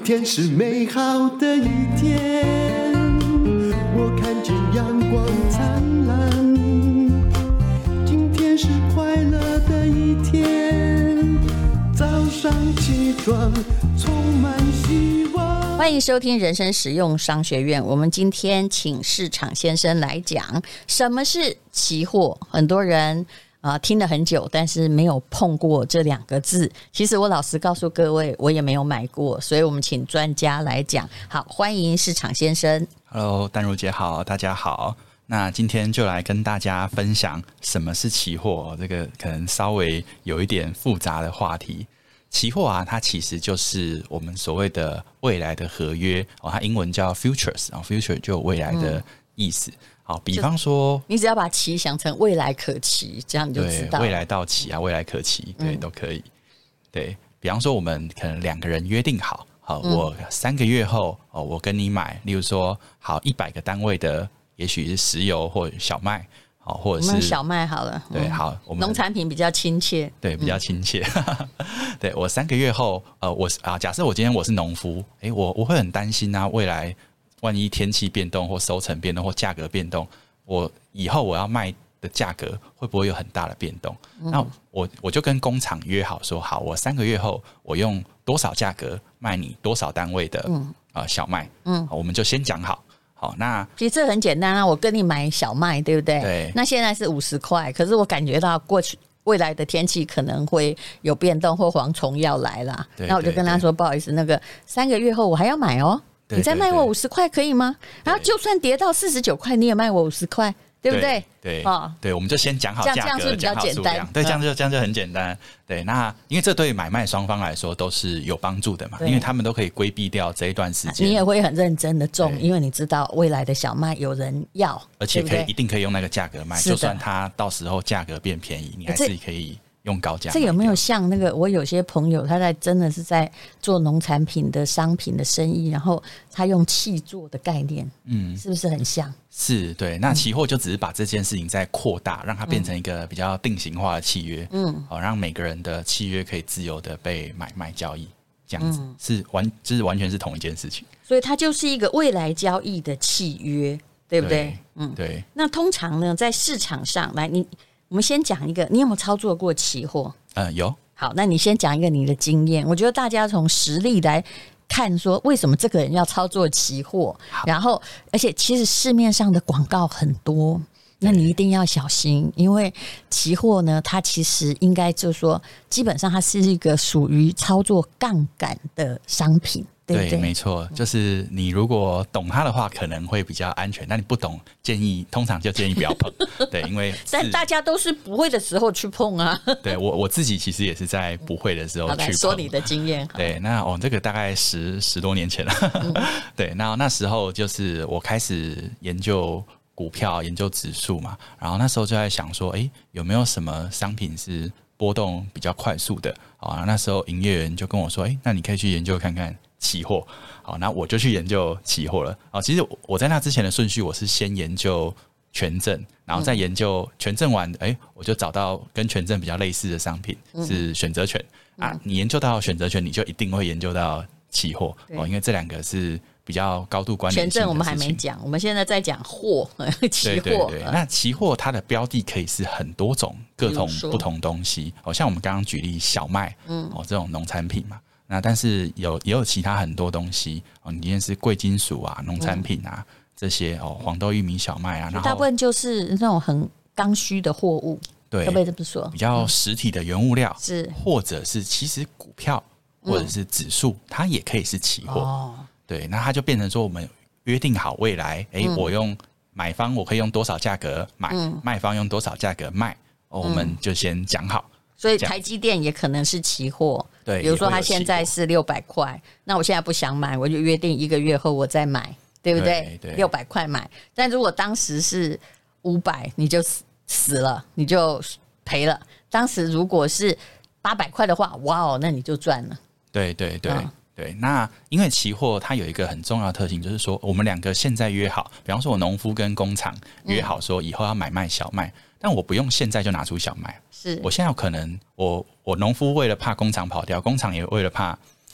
天是美好的一天，我看见阳光灿烂。今天是快乐的一天，早上起床充满希望。 欢迎收听人生实用商学院。我们今天请市场先生来讲什么是期货。很多人听了很久，但是没有碰过这两个字。其实我老实告诉各位，我也没有买过，所以我们请专家来讲。好，欢迎市场先生。 Hello， 淡如姐好，大家好。那今天就来跟大家分享什么是期货，这个可能稍微有一点复杂的话题。期货啊，它其实就是我们所谓的未来的合约它英文叫 futures，future 就有未来的意思。好，比方说， 你只要把期想成未来可期，这样你就知道。 对，未来到期啊，未来可期，对，都可以。对，比方说，我们可能两个人约定好，我3个月后我跟你买，例如说，好100个单位的，也许是石油或小麦。或者是我们小麦好了， 对，好，我们农产品比较亲切， 对，比较亲切。对，我3个月后，假设我今天我是农夫，我会很担心啊，未来万一天气变动或收成变动或价格变动，我以后我要卖的价格会不会有很大的变动？那我就跟工厂约好说，好，我3个月后我用多少价格卖你多少单位的小麦，我们就先讲好。好，那其实这很简单啊，我跟你买小麦，对不对？ 对。 那现在是50块，可是我感觉到未来的天气可能会有变动，或蝗虫要来啦。那我就跟他说，不好意思，那个3个月后我还要买哦，你再卖我50块可以吗？然后就算跌到49块，你也卖我50块。对不对？ 对，对，我们就先讲好价格， 这样是比较简单。 对，这样就很简单。对，那因为这对买卖双方来说都是有帮助的嘛，因为他们都可以规避掉这一段时间。 你也会很认真的种，因为你知道未来的小麦有人要， 而且一定可以用那个价格卖，就算它到时候价格变便宜，你还是可以用高价。 这有没有像那个我有些朋友他真的是在做农产品的商品的生意，然后他用契作的概念，是不是很像？ 是，对。那期货就只是把这件事情再扩大，让它变成一个比较定型化的契约，让每个人的契约可以自由的被买卖交易，这样子就是完全是同一件事情。 所以它就是一个未来交易的契约，对不对？ 对。 那通常呢，在市场上来，我们先讲一个，你有没有操作过期货？ 有。 好，那你先讲一个你的经验。我觉得大家从实例来看，说为什么这个人要操作期货，然后而且其实市面上的广告很多，那你一定要小心，因为期货呢，它其实应该就是说，基本上它是一个属于操作杠杆的商品。对， 没错，就是你如果懂它的话，可能会比较安全；但你不懂，通常就建议不要碰。对，因为但大家都是不会的时候去碰啊。 对，我自己其实也是在不会的时候去碰。 说你的经验。 对，那这个大概十多年前了。对，那时候就是我开始研究股票、研究指数嘛，然后那时候就在想说，有没有什么商品是波动比较快速的？那时候营业员就跟我说，那你可以去研究看看期货。好，那我就去研究期货了。其实我在那之前的顺序，我是先研究权证，然后再研究权证完，我就找到跟权证比较类似的商品是选择权。你研究到选择权，你就一定会研究到期货因为这两个是比较高度关联性的事情。权证我们还没讲，我们现在在讲期货。 对，那期货它的标的可以是很多种，各种不同东西。像我们刚刚举例小麦，这种农产品嘛。那但是也有其他很多东西你今天是贵金属啊、农产品啊这些黄豆、玉米、小麦啊，然后大部分就是那种很刚需的货物。 对， 可不可以这么说？ 比较实体的原物料是， 或者是其实股票或者是指数，它也可以是期货。对，那它就变成说我们约定好未来，我用买方我可以用多少价格买，卖方用多少价格卖，我们就先讲好。 所以台积电也可能是期货， 对， 比如说它现在是600块，那我现在不想买，我就约定1个月后我再买，对不对？600块买，但如果当时是500，你就死了，你就赔了。当时如果是800块的话，哇哦，那你就赚了。 对，那因为期货它有一个很重要的特性，就是说我们两个现在约好，比方说我农夫跟工厂约好说以后要买卖小麦，但我不用现在就拿出小麦， 是我现在有可能我农夫为了怕工厂跑掉，工厂也为了怕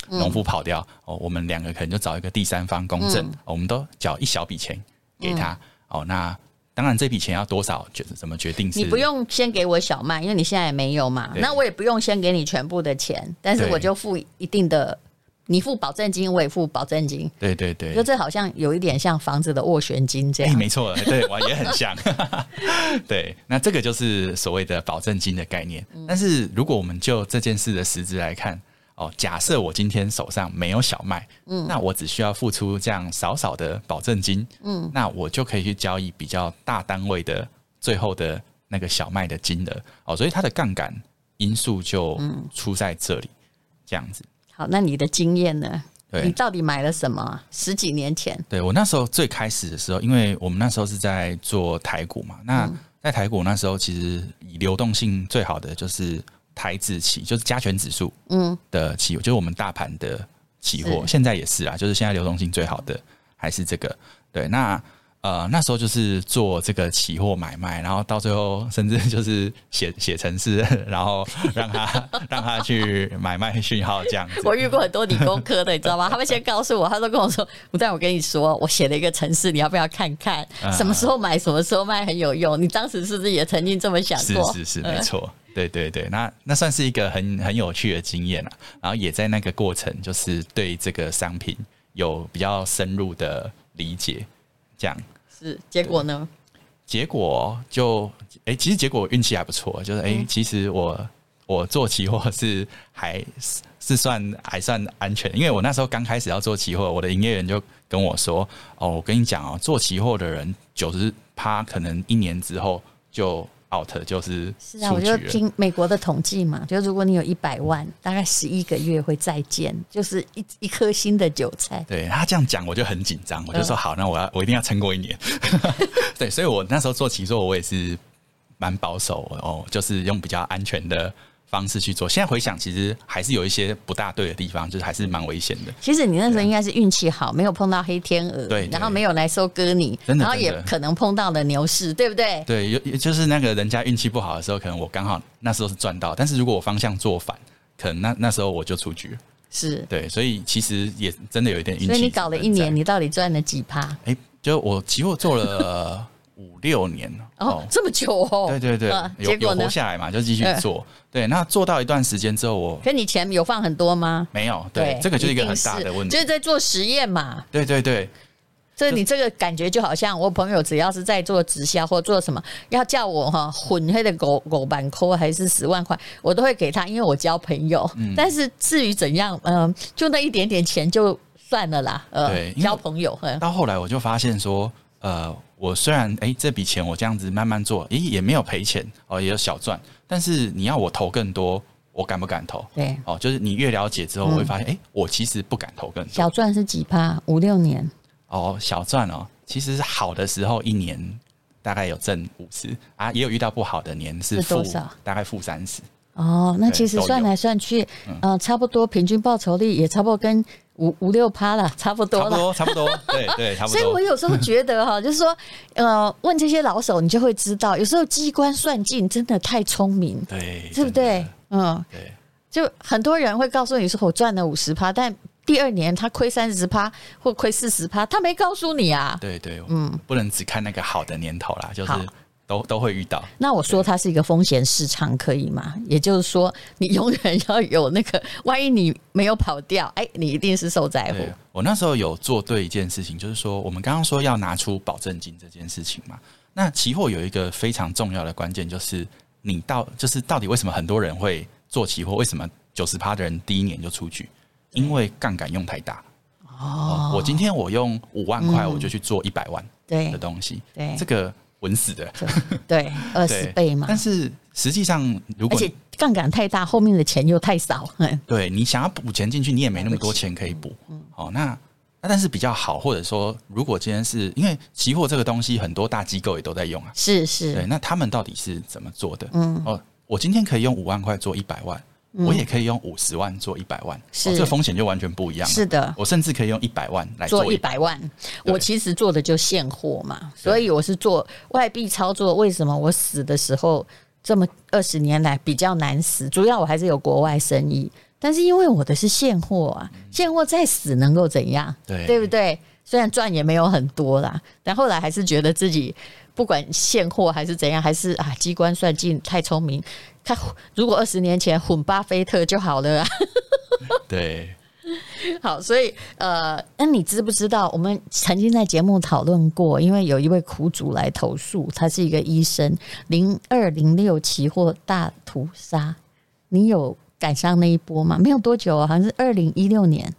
农夫跑掉，我们2个可能就找一个第三方公证，我们都缴一小笔钱给他，那当然这笔钱要多少怎么决定是？ 你不用先给我小麦，因为你现在也没有嘛，那我也不用先给你全部的钱，但是我就付一定的。你付保证金，我也付保证金。 对对对， 就这好像有一点像房子的斡旋金这样。 没错，对，也很像。对，那这个就是所谓的保证金的概念。但是如果我们就这件事的实质来看，假设我今天手上没有小麦，那我只需要付出这样少少的保证金，那我就可以去交易比较大单位的最后的那个小麦的金额。所以它的杠杆因素就出在这里，这样子。 好，那你的经验呢？你到底买了什么？10几年前， 对，我那时候最开始的时候，因为我们那时候是在做台股嘛，那在台股那时候其实以流动性最好的就是台指期，就是加权指数的期货，就是我们大盘的期货，现在也是啊，就是现在流动性最好的还是这个。对，那时候就是做这个期货买卖，然后到最后甚至就是写程式，然后让他去买卖讯号这样子。 我遇过很多理工科的，你知道吗？他们先告诉我，他都跟我说：“但我跟你说，我写了一个程式，你要不要看看？什么时候买，什么时候卖很有用。”你当时是不是也曾经这么想过？ 是，没错。对对对，那算是一个很有趣的经验啊。然后也在那个过程，就是对这个商品有比较深入的理解，这样。 是，结果呢？ 结果就其实结果运气还不错，就是其实我做期货还算安全，因为我那时候刚开始要做期货，我的营业员就跟我说：“我跟你讲做期货的人90%可能1年之后就 out， 就是是啊，我就听美国的统计嘛，就如果你有100万，大概11个月会再见，就是一颗新的韭菜。” 对，他这样讲我就很紧张，我就说好，那我一定要撑过1年。对，所以我那时候做期货，我也是蛮保守就是用比较安全的方式去做。现在回想，其实还是有一些不大对的地方，就是还是蛮危险的。 其实你那时候应该是运气好，没有碰到黑天鹅， 对， 然后没有来收割你，然后也可能碰到了牛市，对不对？ 对，就是那个人家运气不好的时候，可能我刚好那时候是赚到，但是如果我方向做反，可能那时候我就出局了。是，对，所以其实也真的有一点运气。 所以你搞了1年，你到底赚了几趴？ 就我期货做了5-6年这么久哦。 对对对，有活下来嘛，就继续做。对，那做到一段时间之后，可你钱有放很多吗？ 没有，对，这个就是一个很大的问题， 就是在做实验嘛。 对对对。 所以你这个感觉就好像我朋友只要是在做直销或做什么，要叫我混黑的5万块还是10万块，我都会给他，因为我交朋友。但是至于怎样，就那一点点钱就算了啦。对，交朋友。 到后来我就发现说，我虽然这笔钱我这样子慢慢做，也没有赔钱也有小赚，但是你要我投更多，我敢不敢投？对，就是你越了解之后，我会发现，我其实不敢投更多。 小赚是几趴？5-6年。 小赚其实好的时候1年大概有挣50啊，也有遇到不好的年是多少？ 大概-30。 那其实算来算去，差不多平均报酬率也差不多跟5-6%了，差不多了， 差不多，对对，差不多。 所以我有时候觉得就是说，问这些老手，你就会知道，有时候机关算尽真的太聪明， 对， 对不对？对，就很多人会告诉你说我赚了50%，但第2年他亏30%或亏40%，他没告诉你啊。 对对，不能只看那个好的年头啦，就是都会遇到。 那我说它是一个风险市场，可以吗？也就是说，你永远要有那个，万一你没有跑掉，你一定是受灾户。 我那时候有做对一件事情，就是说，我们刚刚说要拿出保证金这件事情嘛。那期货有一个非常重要的关键，就是到底为什么很多人会做期货？为什么90%的人第1年就出局？因为杠杆用太大。我今天我用5万块，我就去做100万的东西，对，这个稳死的， 对，20倍嘛。 但是实际上，如果而且杠杆太大，后面的钱又太少， 对，你想要补钱进去，你也没那么多钱可以补。那但是比较好，或者说，如果今天是因为期货这个东西，很多大机构也都在用啊， 是，对， 那他们到底是怎么做的？我今天可以用5万块做100万。我也可以用50万做100万，这个风险就完全不一样了。是的，我甚至可以用100万来做 100万。我其实做的就现货嘛，所以我是做外币操作。为什么我死的时候这么20年来比较难死？主要我还是有国外生意， 但是因为我的是现货啊，现货再死能够怎样？对不对？虽然赚也没有很多啦，但后来还是觉得自己不管现货还是怎样，还是机关算尽太聪明。看，如果20年前混巴菲特就好了啊。 对。 好，所以那你知不知道我们曾经在节目讨论过，因为有一位苦主来投诉，他是一个医生，0206期货大屠杀，你有赶上那一波吗？没有多久，好像是2016年。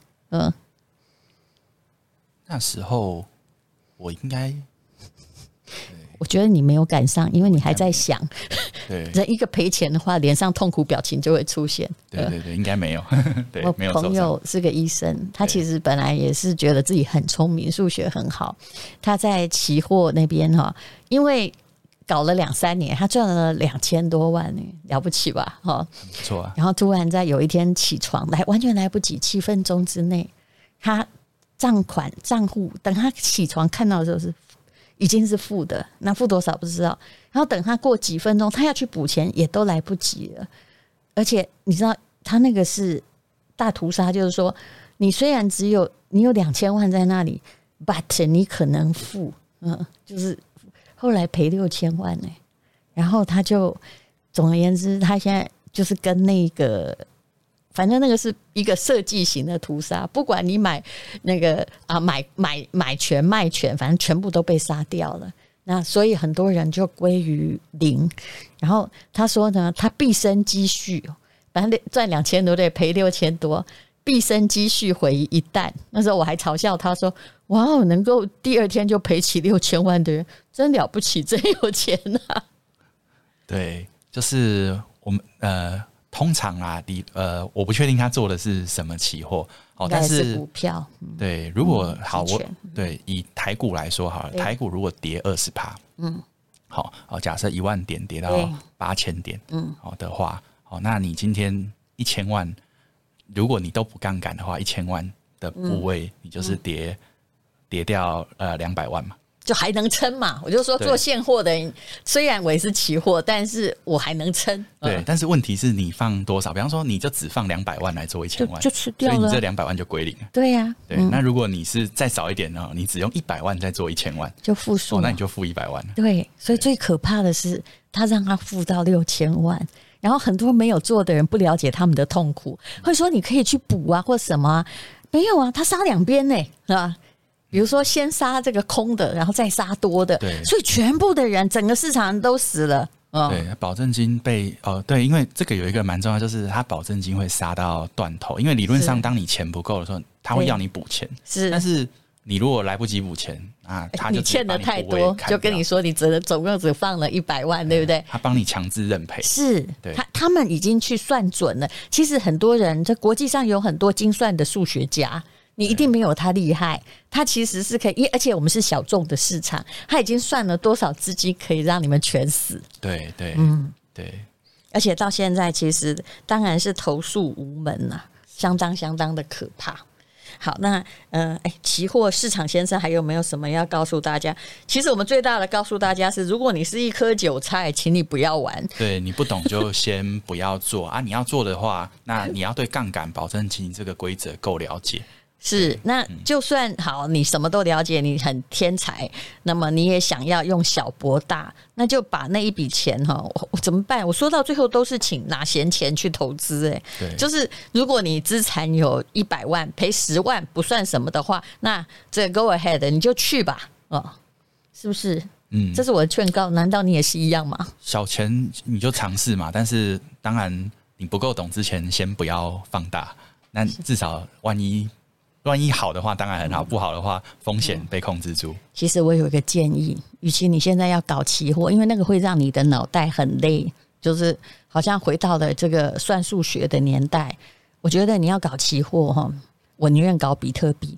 那时候我应该， 我觉得你没有赶上，因为你还在想， 对， 人一个赔钱的话，脸上痛苦表情就会出现。 对，应该没有。对， 我没有受伤。 朋友是个医生，他其实本来也是觉得自己很聪明，数学很好。他在期货那边因为搞了2-3年，他赚了2000多万呢，了不起吧？ 不错啊。 然后突然在有一天起床完全来不及，7分钟之内，他账户等他起床看到的时候已经是负的，那负多少不知道。然后等他过几分钟，他要去补钱也都来不及了。而且你知道，他那个是大屠杀，就是说，你虽然你有2000万在那里 ，but 你可能负，就是后来赔6000万呢。然后他就总而言之，他现在就是跟那个。反正那个是一个设计型的屠杀，不管你买那个买权卖权，反正全部都被杀掉了。那所以很多人就归于零。然后他说呢，他毕生积蓄，反正赚2000多，对，赔6000多，毕生积蓄毁于一旦。那时候我还嘲笑他说：“哇，能够第2天就赔起6000万的人，真了不起，真有钱啊！” 对，就是我们通常我不确定他做的是什么期货，但是股票。 对，如果好，对以台股来说好了，台股如果跌20%，好，假设1万点跌到8000点，的话，那你今天1000万，如果你都不杠杆的话，1000万的部位，你就是跌掉200万嘛。 就还能撑嘛？我就说做现货的人，虽然我也是期货，但是我还能撑。 对，但是问题是你放多少？比方说，你就只放200万来做1000万， 就吃掉了， 所以你这200万就归零了。 对呀， 对。那如果你是再少一点呢？你只用100万再做1000万， 就负数， 那你就负100万了。 对，所以最可怕的是，他让他负到6000万，然后很多没有做的人不了解他们的痛苦，会说你可以去补啊，或什么啊，没有啊，他杀2边呢，是吧？比如说先杀这个空的，然后再杀多的，所以全部的人，整个市场都死了。 对，保证金对，因为这个有一个蛮重要，就是他保证金会杀到断头，因为理论上当你钱不够的时候，他会要你补钱，但是你如果来不及补钱他就你欠的太多，就跟你说你总共只放了100万，对不对？ 他帮你强制认赔， 是他们已经去算准了。其实很多人在国际上有很多精算的数学家。你一定没有他厉害，他其实是可以，而且我们是小众的市场，他已经算了多少资金可以让你们全死。 对，对， 而且到现在其实当然是投诉无门啊，相当的可怕。好，那期货市场先生还有没有什么要告诉大家？其实我们最大的告诉大家是，如果你是一颗韭菜，请你不要玩。 对，你不懂就先不要做啊！你要做的话，那你要对杠杆保证金这个规则够了解。 是，那就算好，你什么都了解，你很天才，那么你也想要用小博大，那就把那一笔钱怎么办？我说到最后都是请拿闲钱去投资，就是如果你资产有100万，赔10万不算什么的话，那这 go ahead 你就去吧，是不是？这是我的劝告，难道你也是一样吗？ 小钱你就尝试嘛，但是当然你不够懂之前，先不要放大，那至少万一好的话当然很好，不好的话风险被控制住。 其实我有一个建议，与其你现在要搞期货，因为那个会让你的脑袋很累，就是好像回到了这个算数学的年代。我觉得你要搞期货，我宁愿搞比特币。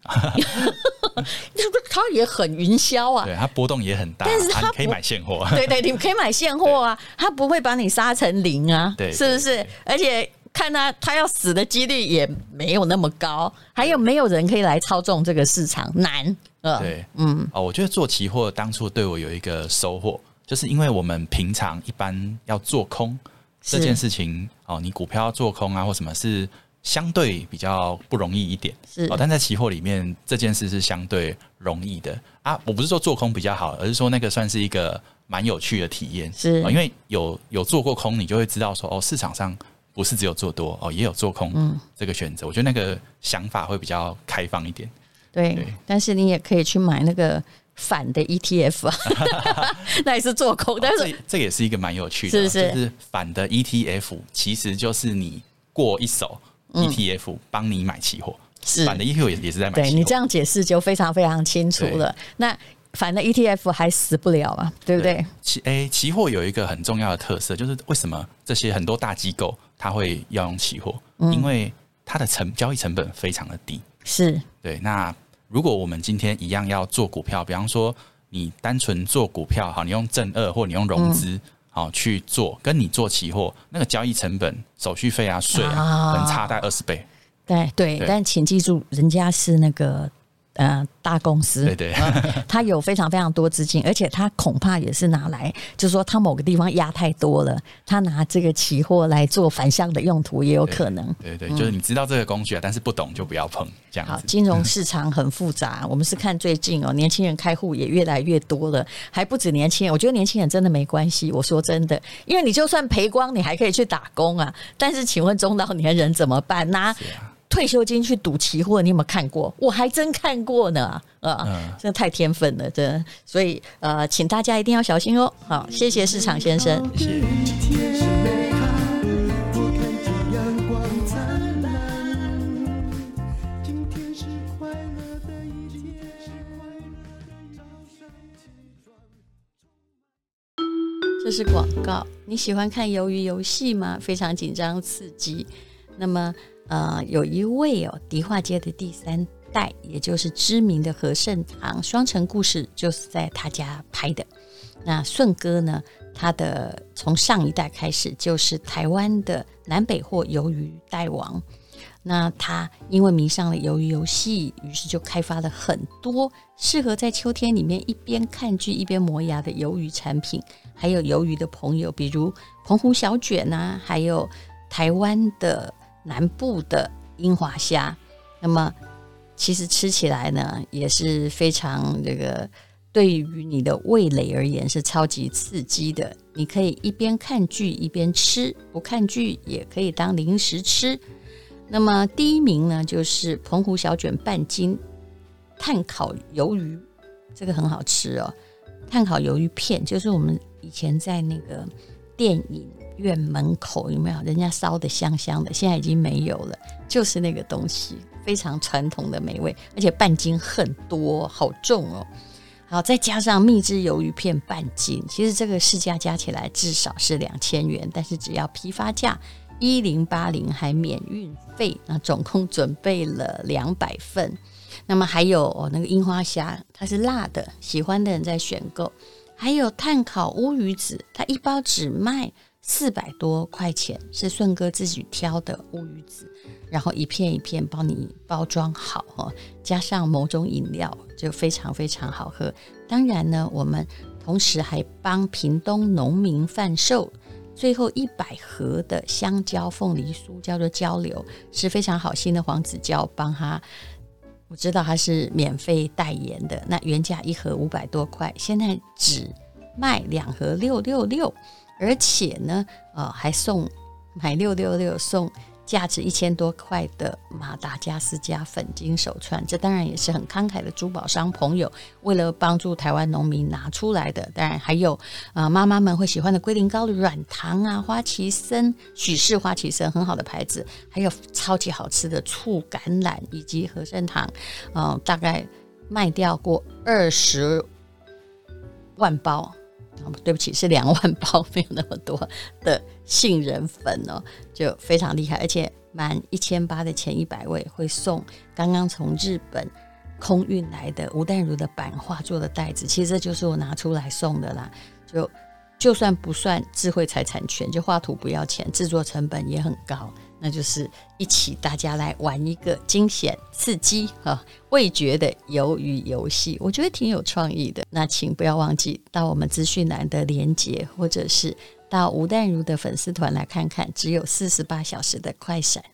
它也很云霄啊， 对，它波动也很大， 但是它可以买现货。 对，你可以买现货啊，它不会把你杀成零啊， 对， 是不是？对，而且看他要死的几率也没有那么高，还有没有人可以来操纵这个市场？难。 对，我觉得做期货当初对我有一个收获，就是因为我们平常一般要做空， 这件事情你股票做空啊或什么是相对比较不容易一点，但在期货里面这件事是相对容易的啊。我不是说做空比较好，而是说那个算是一个蛮有趣的体验，因为有做过空，你就会知道说市场上不是只有做多也有做空这个选择。我觉得那个想法会比较开放一点。 对，但是你也可以去买那个反的 ETF 啊，那也是做空，但是这也是一个蛮有趣的， 是不是？ 就是反的 ETF 其实就是你过一手 ETF 帮你买期货，反的 ETF 也是在买期货。 对，你这样解释就非常非常清楚了。那反的 ETF 还死不了嘛，对不对？ 期货有一个很重要的特色，就是为什么这些很多大机构它会要用期货，因为它的交易成本非常的低。 是， 对。那如果我们今天一样要做股票，比方说你单纯做股票，好，你用正二或你用融资好去做，跟你做期货，那个交易成本、手续费啊、税啊，能差大概20倍。 对，但请记住，人家是那个大公司， 对， 他有非常非常多资金，而且他恐怕也是拿来，就是说他某个地方压太多了，他拿这个期货来做反向的用途也有可能。 对，就是你知道这个工具但是不懂就不要碰，这样子。 好，金融市场很复杂，我们是看最近年轻人开户也越来越多了，还不止年轻人，我觉得年轻人真的没关系，我说真的，因为你就算赔光，你还可以去打工啊。但是请问中老年人怎么办？拿退休金去赌期货，你有没有看过？我还真看过呢，真的太天分了，真的。所以请大家一定要小心哦。好，谢谢市场先生。 谢谢。 这是广告。你喜欢看鱿鱼游戏吗？非常紧张刺激。那么有一位迪化街的第3代，也就是知名的和盛堂双城故事，就是在他家拍的。那顺哥呢，他的从上一代开始就是台湾的南北货鱿鱼代王。那他因为迷上了鱿鱼游戏，于是就开发了很多适合在秋天里面一边看剧一边磨牙的鱿鱼产品，还有鱿鱼的朋友，比如澎湖小卷啊，还有台湾的南部的樱华虾。那么其实吃起来呢也是非常这个对于你的味蕾而言是超级刺激的，你可以一边看剧一边吃，不看剧也可以当零食吃。那么第一名呢就是澎湖小卷半斤炭烤鱿鱼，这个很好吃哦。炭烤鱿鱼片就是我们以前在那个电影院门口有没有人家烧的香香的，现在已经没有了，就是那个东西，非常传统的美味，而且半斤很多，好重哦。好，再加上蜜汁鱿鱼片半斤，其实这个市价加起来至少是2000元，但是只要批发价1080还免运费，那总共准备了200份。那么还有那个樱花虾，它是辣的，喜欢的人在选购。还有炭烤乌鱼子，它一包只卖400多块钱，是顺哥自己挑的乌鱼子，然后一片一片帮你包装好，加上某种饮料，就非常非常好喝。当然呢，我们同时还帮屏东农民贩售最后100盒的香蕉凤梨酥，叫做交流，是非常好心的黄子佼帮他，我知道他是免费代言的。那原价1盒500多块，现在只卖2盒666，而且呢还送买666送价值1000多块的马达加斯加粉晶手串，这当然也是很慷慨的珠宝商朋友为了帮助台湾农民拿出来的。当然还有妈妈们会喜欢的龟苓膏的软糖啊，花旗参、许氏花旗参很好的牌子，还有超级好吃的醋橄榄以及和盛堂大概卖掉过20万包，对不起是2万包，没有那么多的杏仁粉就非常厉害。而且满1800的前100位会送刚刚从日本空运来的吴淡如的版画做的袋子，其实这就是我拿出来送的啦。就算不算智慧财产权，就画图不要钱，制作成本也很高，那就是一起大家来玩一个惊险刺激味觉的鱿鱼游戏，我觉得挺有创意的。那请不要忘记到我们资讯栏的连结，或者是到吴淡如的粉丝团来看看，只有48小时的快闪。